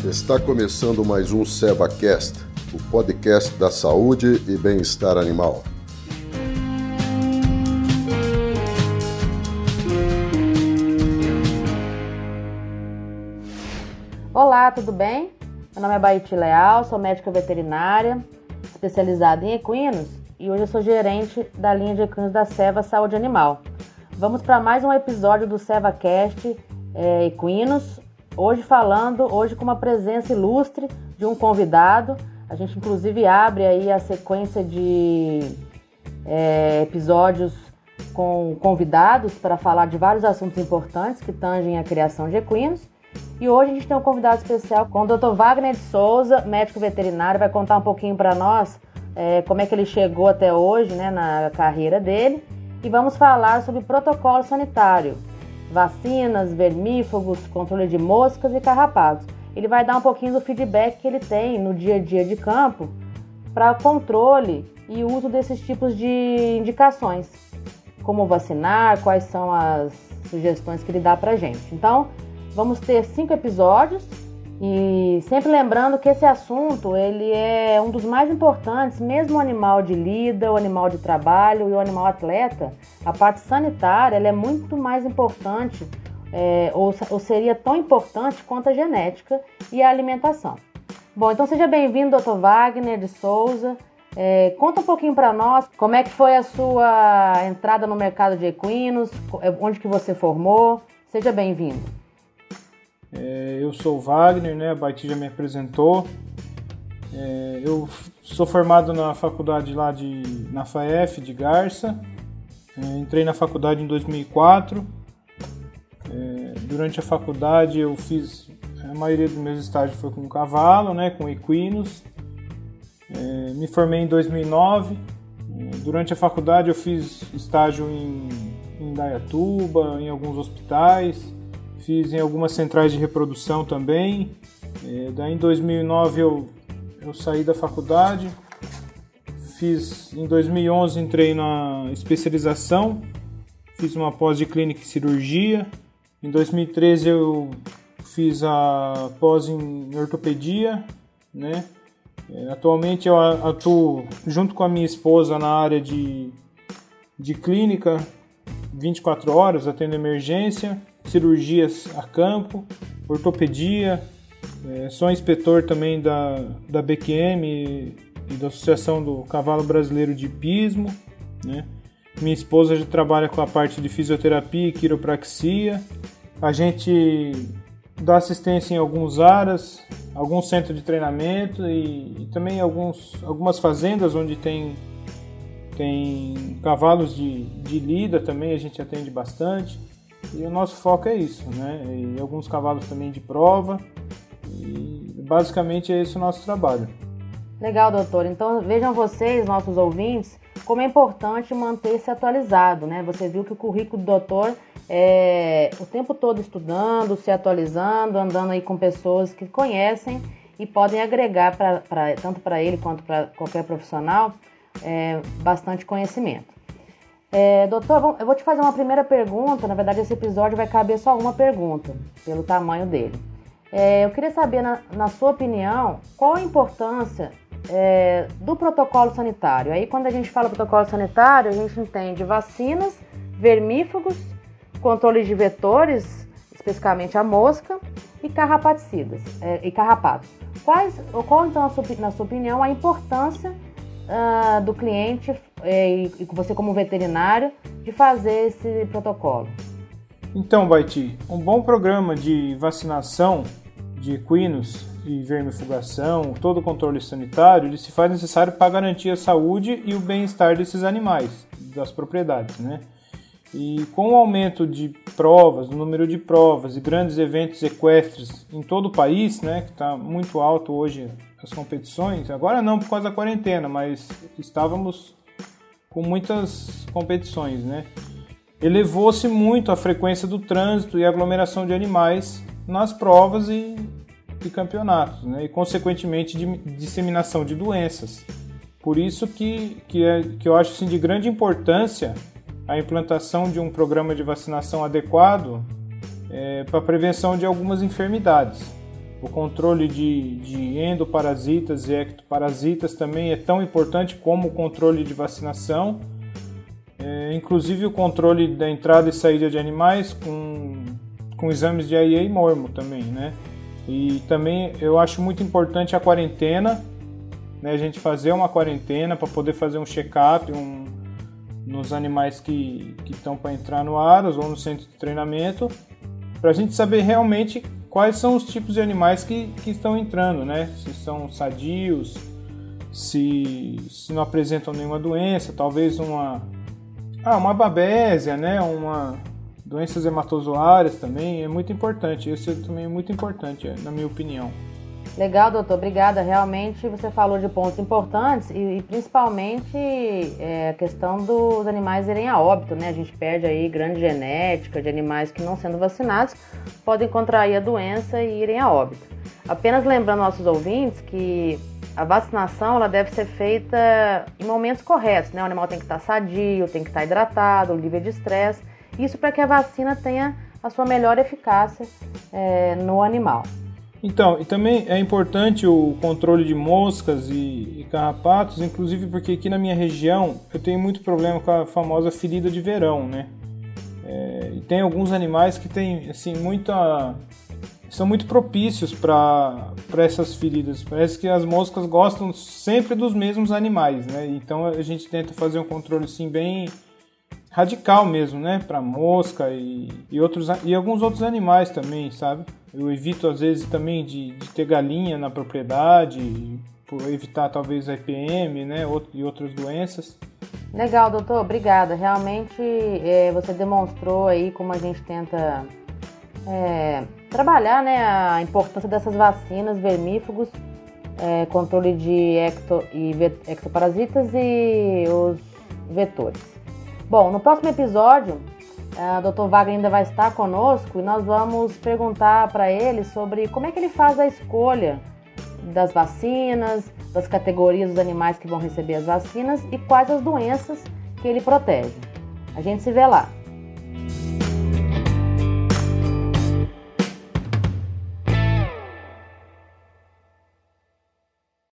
Está começando mais um SevaCast, o podcast da saúde e bem-estar animal. Olá, tudo bem? Meu nome é Baiti Leal, sou médica veterinária, especializada em equinos e hoje eu sou gerente da linha de equinos da Seva Saúde Animal. Vamos para mais um episódio do SevaCast Equinos, hoje com uma presença ilustre de um convidado. A gente inclusive abre aí a sequência de episódios com convidados para falar de vários assuntos importantes que tangem a criação de equinos. E hoje a gente tem um convidado especial com o Dr. Wagner de Souza, médico veterinário, vai contar um pouquinho para nós como é que ele chegou até hoje, né, na carreira dele. E vamos falar sobre protocolo sanitário, vacinas, vermífugos, controle de moscas e carrapatos. Ele vai dar um pouquinho do feedback que ele tem no dia a dia de campo para controle e uso desses tipos de indicações, como vacinar, quais são as sugestões que ele dá para a gente. Então, vamos ter 5 episódios e sempre lembrando que esse assunto ele é um dos mais importantes, mesmo o animal de lida, o animal de trabalho e o animal atleta. A parte sanitária ela é muito mais importante ou seria tão importante quanto a genética e a alimentação. Bom, então seja bem-vindo, Dr. Wagner de Souza. Conta um pouquinho para nós como é que foi a sua entrada no mercado de equinos, onde que você formou. Seja bem-vindo. Eu sou o Wagner, né? A Baiti já me apresentou. Eu sou formado na faculdade lá na FAEF de Garça. Entrei na faculdade em 2004. Durante a faculdade eu fiz, a maioria dos meus estágios foi com cavalo, né? Com equinos. Me formei em 2009. Durante a faculdade eu fiz estágio em Indaiatuba, em alguns hospitais. Fiz em algumas centrais de reprodução também. Daí em 2009 eu saí da faculdade. Em 2011 entrei na especialização. Fiz uma pós de clínica e cirurgia. Em 2013 eu fiz a pós em ortopedia, né? Atualmente eu atuo junto com a minha esposa na área de clínica, 24 horas, atendo emergência, cirurgias a campo, ortopedia, sou inspetor também da BQM e da Associação do Cavalo Brasileiro de Hipismo, né? Minha esposa já trabalha com a parte de fisioterapia e quiropraxia. A gente dá assistência em alguns aras, alguns centros de treinamento e também algumas fazendas onde tem cavalos de lida também, a gente atende bastante. E o nosso foco é isso, né? E alguns cavalos também de prova. E basicamente é esse o nosso trabalho. Legal, doutor. Então vejam vocês, nossos ouvintes, como é importante manter-se atualizado, né? Você viu que o currículo do doutor é o tempo todo estudando, se atualizando, andando aí com pessoas que conhecem e podem agregar tanto para ele quanto para qualquer profissional bastante conhecimento. Doutor, eu vou te fazer uma primeira pergunta. Na verdade, esse episódio vai caber só uma pergunta, pelo tamanho dele. Eu queria saber, na sua opinião, qual a importância do protocolo sanitário. Aí, quando a gente fala protocolo sanitário, a gente entende vacinas, vermífugos, controle de vetores, especificamente a mosca, e carrapaticidas, e carrapatos. Qual, então, na sua opinião, a importância do cliente e você como veterinário de fazer esse protocolo? Então, Baiti, um bom programa de vacinação de equinos e vermifugação, todo o controle sanitário, ele se faz necessário para garantir a saúde e o bem-estar desses animais, das propriedades, né? E com o aumento de provas, o número de provas e grandes eventos equestres em todo o país, né, que está muito alto hoje as competições, agora não por causa da quarentena, mas estávamos com muitas competições, né? Elevou-se muito a frequência do trânsito e aglomeração de animais nas provas e campeonatos, né? E consequentemente disseminação de doenças. Por isso que eu acho assim, de grande importância a implantação de um programa de vacinação adequado para a prevenção de algumas enfermidades. O controle de endoparasitas e ectoparasitas também é tão importante como o controle de vacinação. Inclusive o controle da entrada e saída de animais com exames de AIE e mormo também, né? E também eu acho muito importante a quarentena, né? A gente fazer uma quarentena para poder fazer um check-up nos animais que estão para entrar no AROS ou no centro de treinamento, para a gente saber realmente quais são os tipos de animais que estão entrando, né? Se são sadios, se não apresentam nenhuma doença, talvez uma babésia, né? Doenças hematozoárias também é muito importante. Esse também é muito importante, na minha opinião. Legal, doutor. Obrigada. Realmente você falou de pontos importantes e principalmente a questão dos animais irem a óbito, né? A gente perde aí grande genética de animais que não sendo vacinados podem contrair a doença e irem a óbito. Apenas lembrando aos nossos ouvintes que a vacinação ela deve ser feita em momentos corretos, né? O animal tem que estar sadio, tem que estar hidratado, livre de estresse. Isso para que a vacina tenha a sua melhor eficácia no animal. Então, e também é importante o controle de moscas e carrapatos, inclusive porque aqui na minha região eu tenho muito problema com a famosa ferida de verão, né? E tem alguns animais que têm, assim, são muito propícios para essas feridas. Parece que as moscas gostam sempre dos mesmos animais, né? Então a gente tenta fazer um controle assim bem radical mesmo, né? Para mosca e alguns outros animais também, sabe? Eu evito às vezes também de ter galinha na propriedade, por evitar talvez a EPM, né? E outras doenças. Legal, doutor. Obrigada. Realmente você demonstrou aí como a gente tenta trabalhar, né, a importância dessas vacinas, vermífugos, controle de ectoparasitas e os vetores. Bom, no próximo episódio, o Dr. Wagner ainda vai estar conosco e nós vamos perguntar para ele sobre como é que ele faz a escolha das vacinas, das categorias dos animais que vão receber as vacinas e quais as doenças que ele protege. A gente se vê lá.